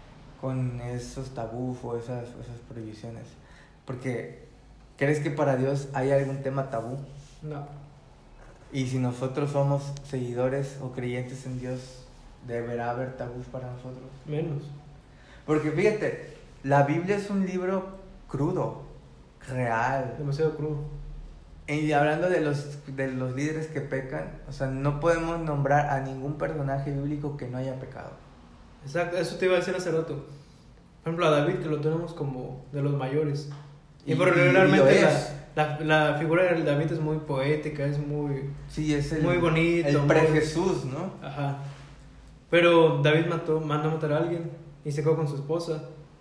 con esos tabús o esas, esas prohibiciones. Porque, ¿crees que para Dios hay algún tema tabú? No. Y si nosotros somos seguidores o creyentes en Dios, ¿deberá haber tabús para nosotros? Menos. Porque fíjate, la Biblia es un libro crudo, real. Demasiado crudo. Y hablando de los, de los líderes que pecan, o sea, no podemos nombrar a ningún personaje bíblico que no haya pecado. Exacto, eso te iba a decir hace rato. Por ejemplo, a David, que lo tenemos como de los mayores. Y, Y- por y- y lo realmente es. la, la, la figura de David es muy poética, es muy... Sí, es el, Muy bonito, el muy- pre-Jesús, ¿no? Ajá. Pero David mató, mandó a matar a alguien y se quedó con su esposa.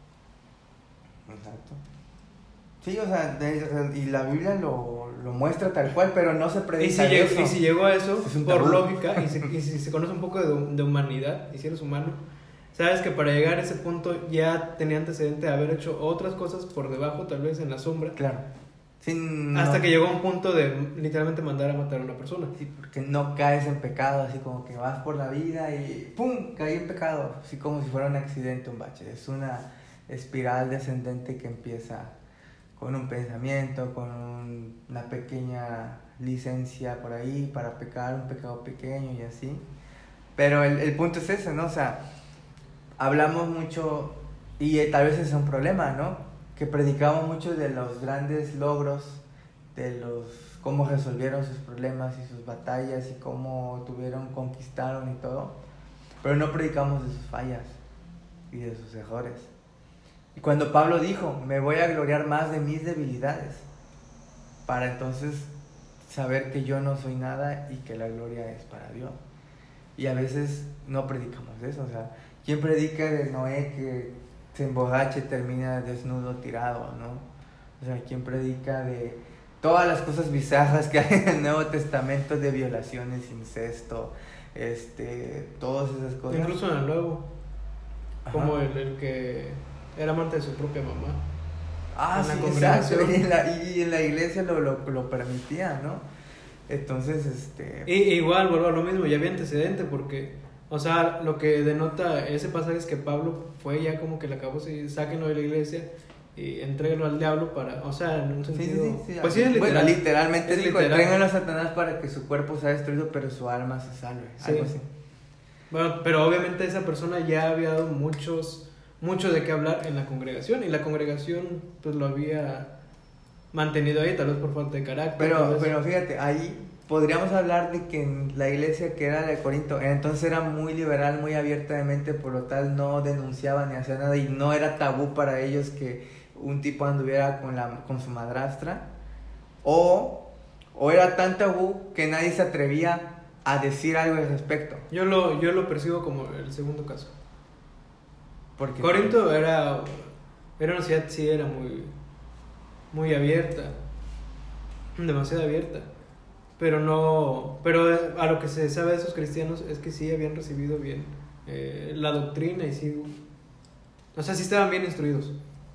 Exacto. Sí, o sea, de- y la Biblia lo, lo muestra tal cual, pero no se Y predica si, de llegó, eso. y si llegó a eso, Es un por tabú. lógica, y, se, y si se conoce un poco de, de humanidad y si eres humano, sabes que para llegar a ese punto ya tenía antecedente de haber hecho otras cosas por debajo, tal vez en la sombra, Claro. Sin, hasta no- que llegó a un punto de literalmente mandar a matar a una persona. Sí, porque no caes en pecado, así como que vas por la vida y ¡pum! Caí en pecado, así como si fuera un accidente, un bache. Es una espiral descendente que empieza con un pensamiento, con un- una pequeña licencia por ahí para pecar, un pecado pequeño y así. Pero el, el punto es ese, ¿no? O sea, hablamos mucho, y eh, tal vez ese es un problema, ¿no? Que predicamos mucho de los grandes logros, de los cómo resolvieron sus problemas y sus batallas y cómo tuvieron, conquistaron y todo, pero no predicamos de sus fallas y de sus errores. Y cuando Pablo dijo, me voy a gloriar más de mis debilidades, para entonces saber que yo no soy nada y que la gloria es para Dios. Y a veces no predicamos de eso, o sea, ¿quién predica de Noé que se emborracha y termina desnudo tirado, no? O sea, ¿quién predica de todas las cosas bizarras que hay en el Nuevo Testamento de violaciones, incesto, este, todas esas cosas? Incluso en el nuevo, Ajá. como el, el que era amante de su propia mamá. Ah, en la sí, congregación. exacto, y en la, y en la iglesia lo, lo, lo permitía, ¿no? Entonces, este... Y, igual, vuelvo a lo mismo, ya había antecedente porque, o sea, lo que denota ese pasaje es que Pablo fue ya como que le acabó, sí, sáquenlo de la iglesia y entréguenlo al diablo para, o sea, en un Sí, sentido... sí, sí, sí. Pues sí, es literal. Bueno, literalmente Es dijo, literal. tráiganlo a Satanás para que su cuerpo sea destruido, pero su alma se salve. Sí. Algo así. Bueno, pero obviamente esa persona ya había dado muchos, mucho de qué hablar en la congregación y la congregación pues lo había mantenido ahí, tal vez por falta de carácter. tal Pero, vez- pero fíjate, ahí podríamos hablar de que en la iglesia que era de Corinto, entonces era muy liberal, muy abierta de mente, por lo tal no denunciaba ni hacía nada y no era tabú para ellos que un tipo anduviera con, la, con su madrastra, o, o era tan tabú que nadie se atrevía a decir algo al respecto. Yo lo, yo lo percibo como el segundo caso. Porque, Corinto era, era una ciudad, sí, era muy, muy abierta, demasiado abierta, pero no, pero a lo que se sabe de esos cristianos es que sí habían recibido bien eh, la doctrina y sí, o sea, sí estaban bien instruidos.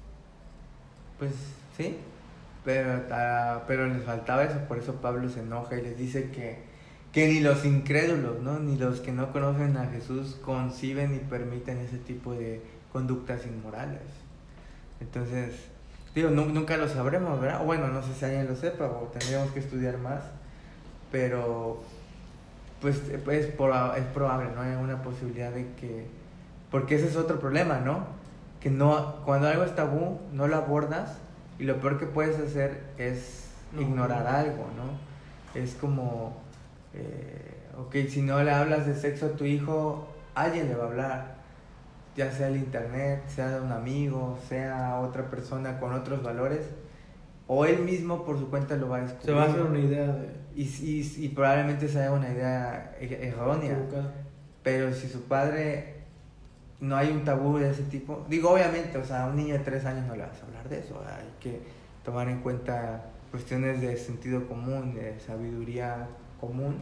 Pues sí, pero, ta- pero les faltaba eso, por eso Pablo se enoja y les dice que, que ni los incrédulos, ¿no? Ni los que no conocen a Jesús conciben y permiten ese tipo de conductas inmorales. Entonces, digo, nu- nunca lo sabremos, ¿verdad? O bueno, no sé si alguien lo sepa o tendríamos que estudiar más, pero pues es, proba- es probable, ¿no? Hay una posibilidad de que, porque ese es otro problema, ¿no? Que no, cuando algo es tabú, no lo abordas y lo peor que puedes hacer es No. ignorar algo, ¿no? Es como, eh, ok, si no le hablas de sexo a tu hijo, alguien le va a hablar, ya sea el internet, sea un amigo, sea otra persona con otros valores, o él mismo por su cuenta lo va a descubrir. Se va a hacer una idea de y, y, y probablemente sea una idea e- errónea. equivocada. Pero si su padre no hay un tabú de ese tipo, digo, obviamente, o sea, a un niño de tres años no le vas a hablar de eso, hay que tomar en cuenta cuestiones de sentido común, de sabiduría común.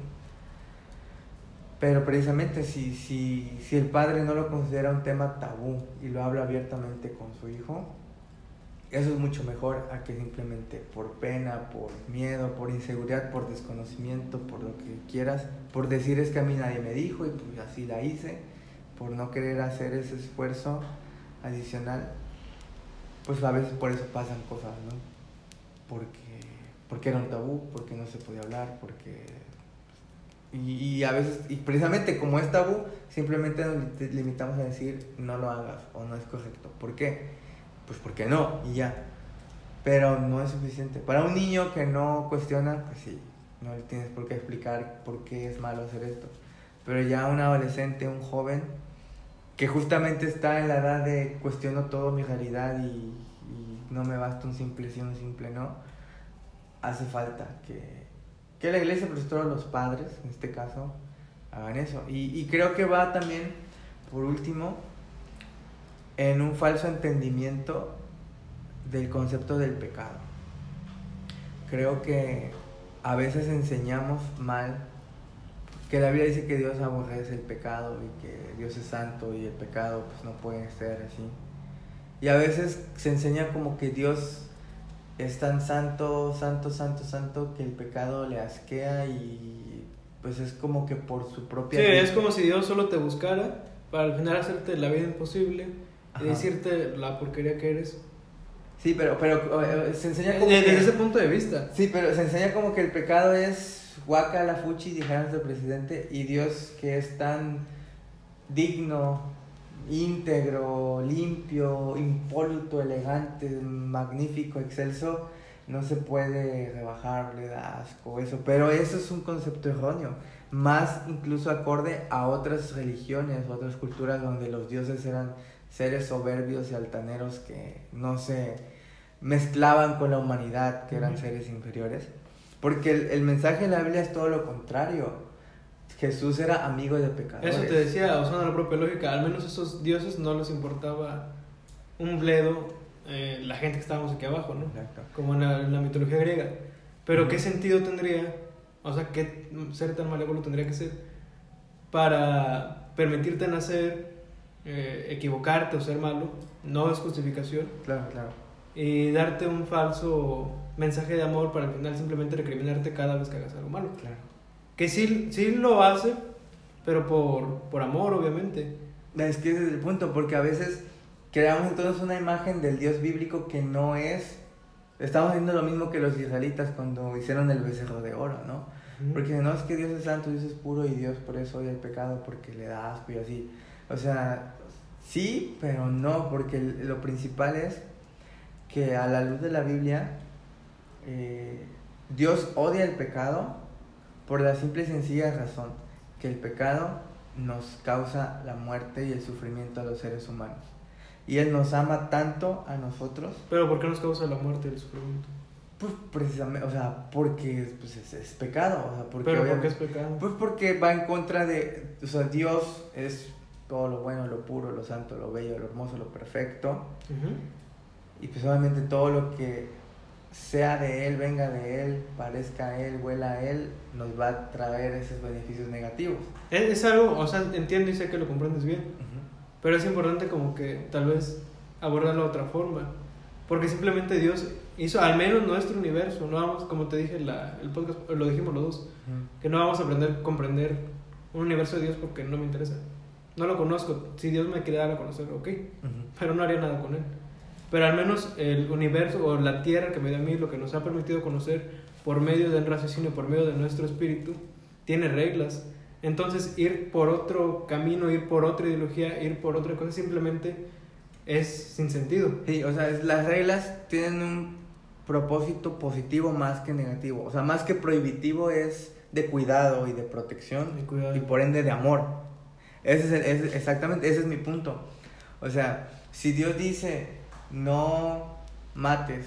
Pero precisamente si, si, si el padre no lo considera un tema tabú y lo habla abiertamente con su hijo, eso es mucho mejor a que simplemente por pena, por miedo, por inseguridad, por desconocimiento, por lo que quieras, por decir es que a mí nadie me dijo y pues así la hice, por no querer hacer ese esfuerzo adicional, pues a veces por eso pasan cosas, ¿no? Porque, porque era un tabú, porque no se podía hablar, porque Y, y a veces, y precisamente como es tabú, simplemente nos limitamos a decir no lo hagas o no es correcto. ¿Por qué? Pues porque no, y ya. Pero no es suficiente. Para un niño que no cuestiona, pues sí, no le tienes por qué explicar por qué es malo hacer esto. Pero ya un adolescente, un joven, que justamente está en la edad de cuestiono todo mi realidad y, y no me basta un simple sí, un simple no, hace falta que, que la iglesia, pero sobre todo los padres, en este caso, hagan eso. Y, y creo que va también, por último, en un falso entendimiento del concepto del pecado. Creo que a veces enseñamos mal que la Biblia dice que Dios aborrece el pecado y que Dios es santo y el pecado pues no puede ser así. Y a veces se enseña como que Dios es tan santo, santo, santo, santo que el pecado le asquea y pues es como que por su propia... Sí, vida. Es como si Dios solo te buscara para al final hacerte la vida imposible. Ajá. Y decirte la porquería que eres. Sí, pero, pero se enseña como desde que... ese punto de vista. Sí, pero se enseña como que el pecado es guaca la fuchi, dijeron nuestro presidente, y Dios que es tan digno, íntegro, limpio, impoluto, elegante, magnífico, excelso, no se puede rebajar, le da asco, eso. Pero eso es un concepto erróneo, más incluso acorde a otras religiones, otras culturas donde los dioses eran seres soberbios y altaneros que no se mezclaban con la humanidad, que eran uh-huh. seres inferiores. Porque el, el mensaje de la Biblia es todo lo contrario. Jesús era amigo de pecadores. Eso te decía, usando la propia lógica, al menos esos dioses no les importaba un bledo eh, la gente que estábamos aquí abajo, ¿no? Exacto. Como en la, en la mitología griega. Pero uh-huh. ¿qué sentido tendría, o sea, qué ser tan malévolo tendría que ser para permitirte nacer, eh, equivocarte o ser malo? No es justificación. Claro, claro. Y darte un falso mensaje de amor para al final simplemente recriminarte cada vez que hagas algo malo. Claro. Que sí, sí lo hace, pero por, por amor, obviamente. Es que ese es el punto, porque a veces creamos entonces una imagen del Dios bíblico que no es... Estamos haciendo lo mismo que los israelitas cuando hicieron el becerro de oro, ¿no? Uh-huh. Porque no es que Dios es santo, Dios es puro y Dios por eso odia el pecado porque le da asco y así. O sea, sí, pero no, porque lo principal es que a la luz de la Biblia, eh, Dios odia el pecado por la simple y sencilla razón que el pecado nos causa la muerte y el sufrimiento a los seres humanos. Y Él nos ama tanto a nosotros. ¿Pero por qué nos causa la muerte y el sufrimiento? Pues precisamente, o sea, porque pues, es, es pecado. O sea, porque ¿Pero por qué es pecado? Pues porque va en contra de... O sea, Dios es todo lo bueno, lo puro, lo santo, lo bello, lo hermoso, lo perfecto. Uh-huh. Y pues obviamente todo lo que sea de Él, venga de Él, parezca a Él, huela a Él, nos va a traer esos beneficios negativos. Es, es algo, o sea, entiendo y sé que lo comprendes bien, uh-huh. pero es importante como que tal vez abordarlo de otra forma, porque simplemente Dios hizo al menos nuestro universo. No vamos, como te dije en la, el podcast, lo dijimos los dos, uh-huh. que no vamos a aprender a comprender un universo de Dios porque no me interesa, no lo conozco. Si Dios me quiere dar a conocer, ok, uh-huh. pero no haría nada con Él. Pero al menos el universo o la tierra que me da a mí, lo que nos ha permitido conocer por medio del raciocinio, por medio de nuestro espíritu, tiene reglas. Entonces ir por otro camino, ir por otra ideología, ir por otra cosa, simplemente es sin sentido. Sí, o sea, es, las reglas tienen un propósito positivo más que negativo. O sea, más que prohibitivo es de cuidado y de protección de cuidado. Y por ende de amor. Ese es el, ese, exactamente, ese es mi punto. O sea, si Dios dice... no mates,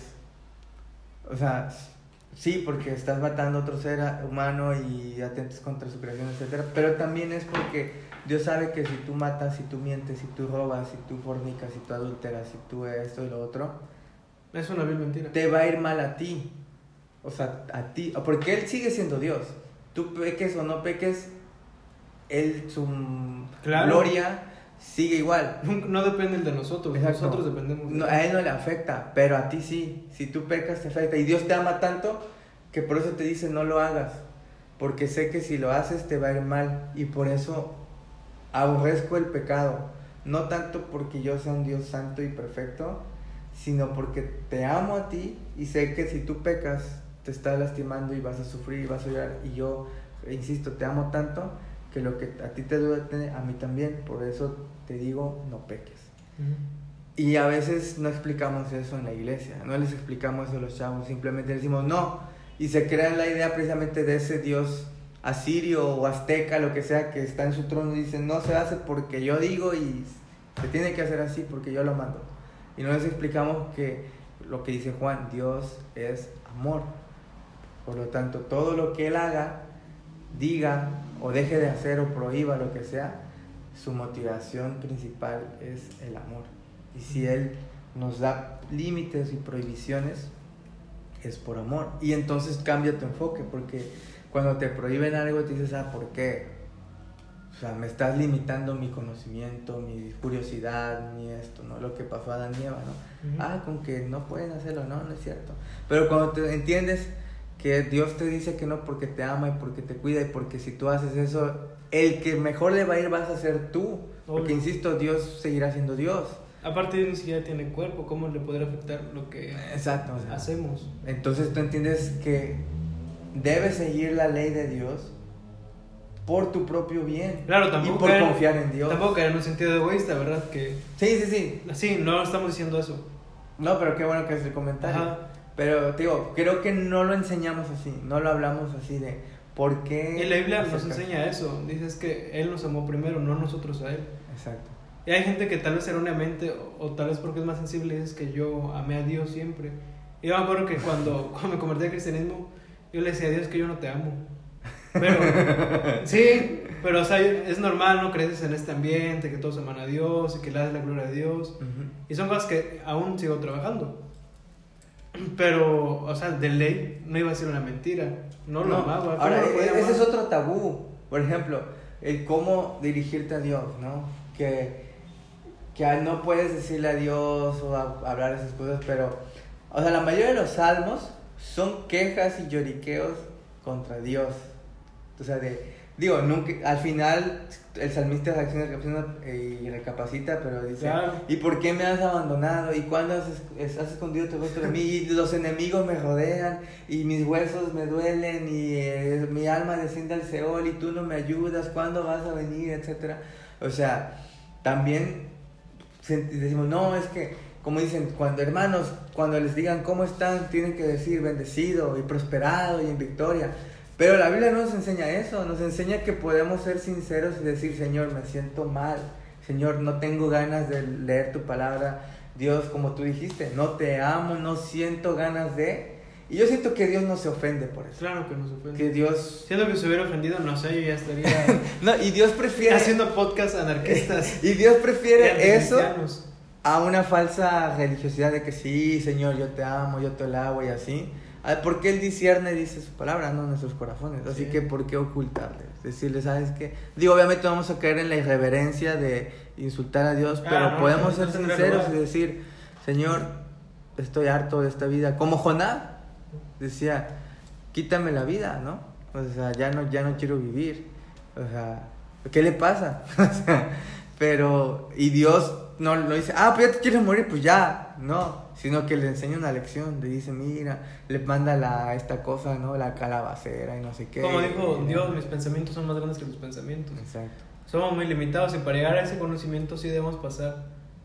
o sea, sí, porque estás matando a otro ser humano y atentas contra su creación, etcétera, pero también es porque Dios sabe que si tú matas, si tú mientes, si tú robas, si tú fornicas, si tú adulteras, si tú esto y lo otro, es una vil mentira, te va a ir mal a ti, o sea, a ti, porque Él sigue siendo Dios. Tú peques o no peques, Él, su claro. gloria sigue igual. No depende de nosotros. Exacto. Nosotros dependemos de no, a Él no le afecta, pero a ti sí. Si tú pecas te afecta. Y Dios te ama tanto que por eso te dice no lo hagas, porque sé que si lo haces te va a ir mal. Y por eso aborrezco el pecado, no tanto porque yo sea un Dios santo y perfecto, sino porque te amo a ti y sé que si tú pecas te estás lastimando y vas a sufrir y vas a llorar, y yo insisto, te amo tanto que lo que a ti te duele, a mí también, por eso te digo, no peques. Uh-huh. Y a veces no explicamos eso en la iglesia, no les explicamos eso a los chavos, simplemente decimos no, y se crean la idea precisamente de ese Dios asirio o azteca, lo que sea, que está en su trono y dicen no se hace porque yo digo y se tiene que hacer así porque yo lo mando. Y no les explicamos que lo que dice Juan, Dios es amor. Por lo tanto, todo lo que Él haga, diga o deje de hacer o prohíba lo que sea, su motivación principal es el amor. Y si Él nos da límites y prohibiciones, es por amor. Y entonces cambia tu enfoque, porque cuando te prohíben algo te dices, ah, ¿por qué? O sea, me estás limitando mi conocimiento, mi curiosidad, mi esto, ¿no? Lo que pasó a Adán y Eva, ¿no? Uh-huh. Ah, con que no pueden hacerlo, no, no es cierto. Pero cuando te entiendes que Dios te dice que no porque te ama y porque te cuida y porque si tú haces eso, el que mejor le va a ir vas a ser tú. Porque, Obvio. insisto, Dios seguirá siendo Dios. Aparte, ni siquiera tiene cuerpo, ¿cómo le podrá afectar lo que Exacto, o sea, hacemos? Entonces tú entiendes que debes seguir la ley de Dios por tu propio bien. Claro, tampoco y por caer, confiar en Dios. Tampoco caer en un sentido egoísta, ¿verdad? Que sí, sí, sí. Sí, no estamos diciendo eso. No, pero qué bueno que es el comentario. Ajá. Pero, digo, creo que no lo enseñamos así, no lo hablamos así de por qué... Y la Biblia nos enseña eso, dices que Él nos amó primero, no nosotros a Él. Exacto. Y hay gente que tal vez erróneamente, o, o tal vez porque es más sensible, es que yo amé a Dios siempre. Y yo me acuerdo que cuando, cuando me convertí al cristianismo, yo le decía a Dios que yo no te amo. Pero, sí, pero o sea, es normal, no creces en este ambiente, que todos aman a Dios y que le das la gloria a Dios. Uh-huh. Y son cosas que aún sigo trabajando. Pero, o sea, de ley no iba a ser una mentira. No lo amaba. Ahora, ese es otro tabú. Por ejemplo, el cómo dirigirte a Dios, ¿no? Que, que no puedes decirle a Dios o a, a hablar esas cosas, pero, o sea, la mayoría de los salmos son quejas y lloriqueos contra Dios. O sea, de, digo, nunca, al final el salmista reacciona y recapacita, pero dice, claro. ¿Y por qué me has abandonado? ¿Y cuándo has, has escondido tu rostro de mí? Y los enemigos me rodean, y mis huesos me duelen, y eh, mi alma desciende al Seol, y tú no me ayudas, ¿cuándo vas a venir? Etcétera. O sea, también decimos, no, es que, como dicen, cuando hermanos, cuando les digan cómo están, tienen que decir bendecido y prosperado y en victoria. Pero la Biblia no nos enseña eso, nos enseña que podemos ser sinceros y decir, Señor, me siento mal, Señor, no tengo ganas de leer tu palabra, Dios, como tú dijiste, no te amo, no siento ganas de... Y yo siento que Dios no se ofende por eso. Claro que no se ofende. Que Dios... Siento que se hubiera ofendido, no sé, yo ya estaría... no, y Dios prefiere... haciendo podcasts anarquistas. Y Dios prefiere eso a una falsa religiosidad de que sí, Señor, yo te amo, yo te alabo y así... Porque Él discierne y dice su palabra, no nuestros corazones. Así sí. que, ¿por qué ocultarle? Decirle, ¿sabes qué? Digo, obviamente vamos a caer en la irreverencia de insultar a Dios, ah, pero no, podemos no, no ser sinceros y decir, Señor, estoy harto de esta vida. Como Jonás decía, quítame la vida, ¿no? O sea, ya no, ya no quiero vivir. O sea, ¿qué le pasa? O sea, pero, y Dios no lo dice, ah, pues ya te quieres morir, pues ya, no. Sino que le enseña una lección, le dice, mira, le manda la, esta cosa, ¿no? La calabacera y no sé qué. Como dijo Dios, mis pensamientos son más grandes que tus pensamientos. Exacto. Somos muy limitados y para llegar a ese conocimiento sí debemos pasar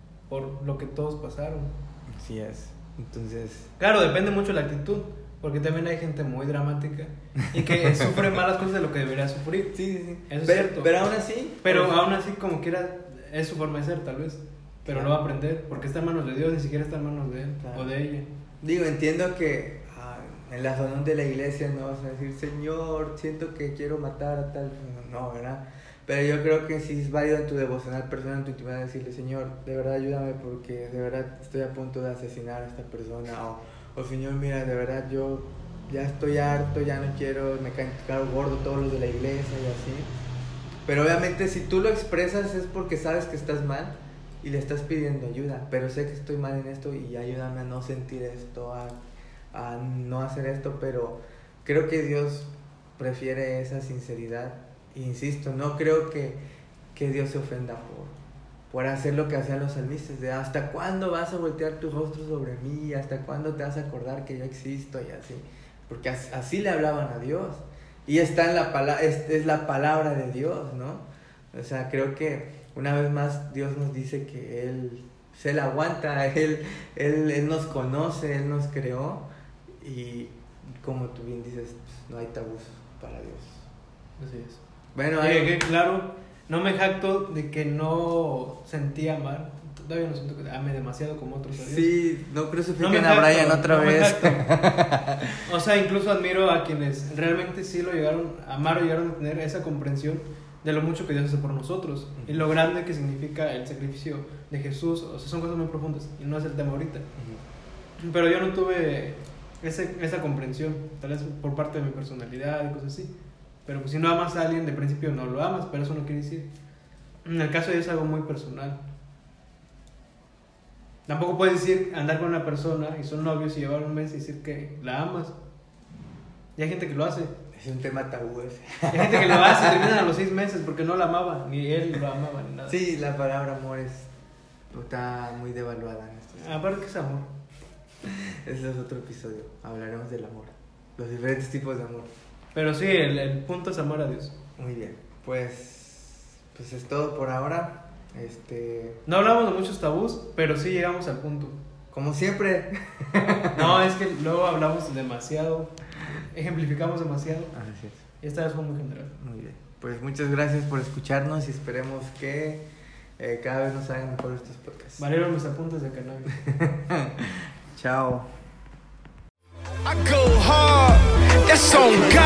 por lo que todos pasaron. Así es, entonces... Claro, depende mucho de la actitud, porque también hay gente muy dramática y que sufre más las cosas de lo que debería sufrir. Sí, sí, sí. Eso pero, es cierto. Pero aún así... Pero pues, aún así, como quiera, es su forma de ser, tal vez. Pero claro. No va a aprender, porque está en manos de Dios, ni siquiera está en manos de él, claro. O de ella. Digo, entiendo que ah, en la reunión de la iglesia no vas a decir, Señor, siento que quiero matar a tal... No, ¿verdad? Pero yo creo que sí es válido en tu devocional personal, en tu intimidad, decirle, Señor, de verdad ayúdame porque de verdad estoy a punto de asesinar a esta persona. O, o Señor, mira, de verdad yo ya estoy harto, ya no quiero, me caen claro gordo todos los de la iglesia y así. Pero obviamente si tú lo expresas es porque sabes que estás mal y le estás pidiendo ayuda, pero sé que estoy mal en esto y ayúdame a no sentir esto, a, a no hacer esto, pero creo que Dios prefiere esa sinceridad. Insisto, no creo que, que Dios se ofenda por, por hacer lo que hacían los salmistas, de hasta cuándo vas a voltear tu rostro sobre mí, hasta cuándo te vas a acordar que yo existo y así, porque así, así le hablaban a Dios. Y está en la palabra, es, es la palabra de Dios, ¿no? O sea, creo que una vez más Dios nos dice que Él se la aguanta, él, él, él nos conoce, Él nos creó y como tú bien dices, pues, no hay tabús para Dios. Así es. Bueno, y hay... que, claro, no me jacto de que no sentí amar, todavía no siento que ame demasiado como otros. ¿sabes? Sí, no crucifiquen no a Brian otra no vez. O sea, incluso admiro a quienes realmente sí lo llegaron a amar o llegaron a tener esa comprensión de lo mucho que Dios hace por nosotros uh-huh. y lo grande que significa el sacrificio de Jesús. O sea, son cosas muy profundas y no es el tema ahorita. Uh-huh. Pero yo no tuve ese, esa comprensión, tal vez por parte de mi personalidad y cosas así. Pero pues si no amas a alguien, de principio no lo amas, pero eso no quiere decir. En el caso de Dios es algo muy personal. Tampoco puedes decir andar con una persona y son novios y llevar un mes y decir que la amas. Y hay gente que lo hace. Es un tema tabú ese. Hay gente que lo hace y terminan a los seis meses porque no la amaba, ni él lo amaba, ni nada. Sí, la palabra amor es, está muy devaluada en estos tiempos. Aparte que es amor. Ese es otro episodio. Hablaremos del amor. Los diferentes tipos de amor. Pero sí, el, el punto es amor a Dios. Muy bien. Pues, pues es todo por ahora. Este... No hablamos de muchos tabús, pero sí llegamos al punto. Como siempre. No, es que luego hablamos demasiado, ejemplificamos demasiado. Así es. Y esta vez fue muy general. Muy bien. Pues muchas gracias por escucharnos y esperemos que eh, cada vez nos hagan mejor estos podcasts. Valieron mis apuntes de cannabis. Chao. I go hard, that's on God.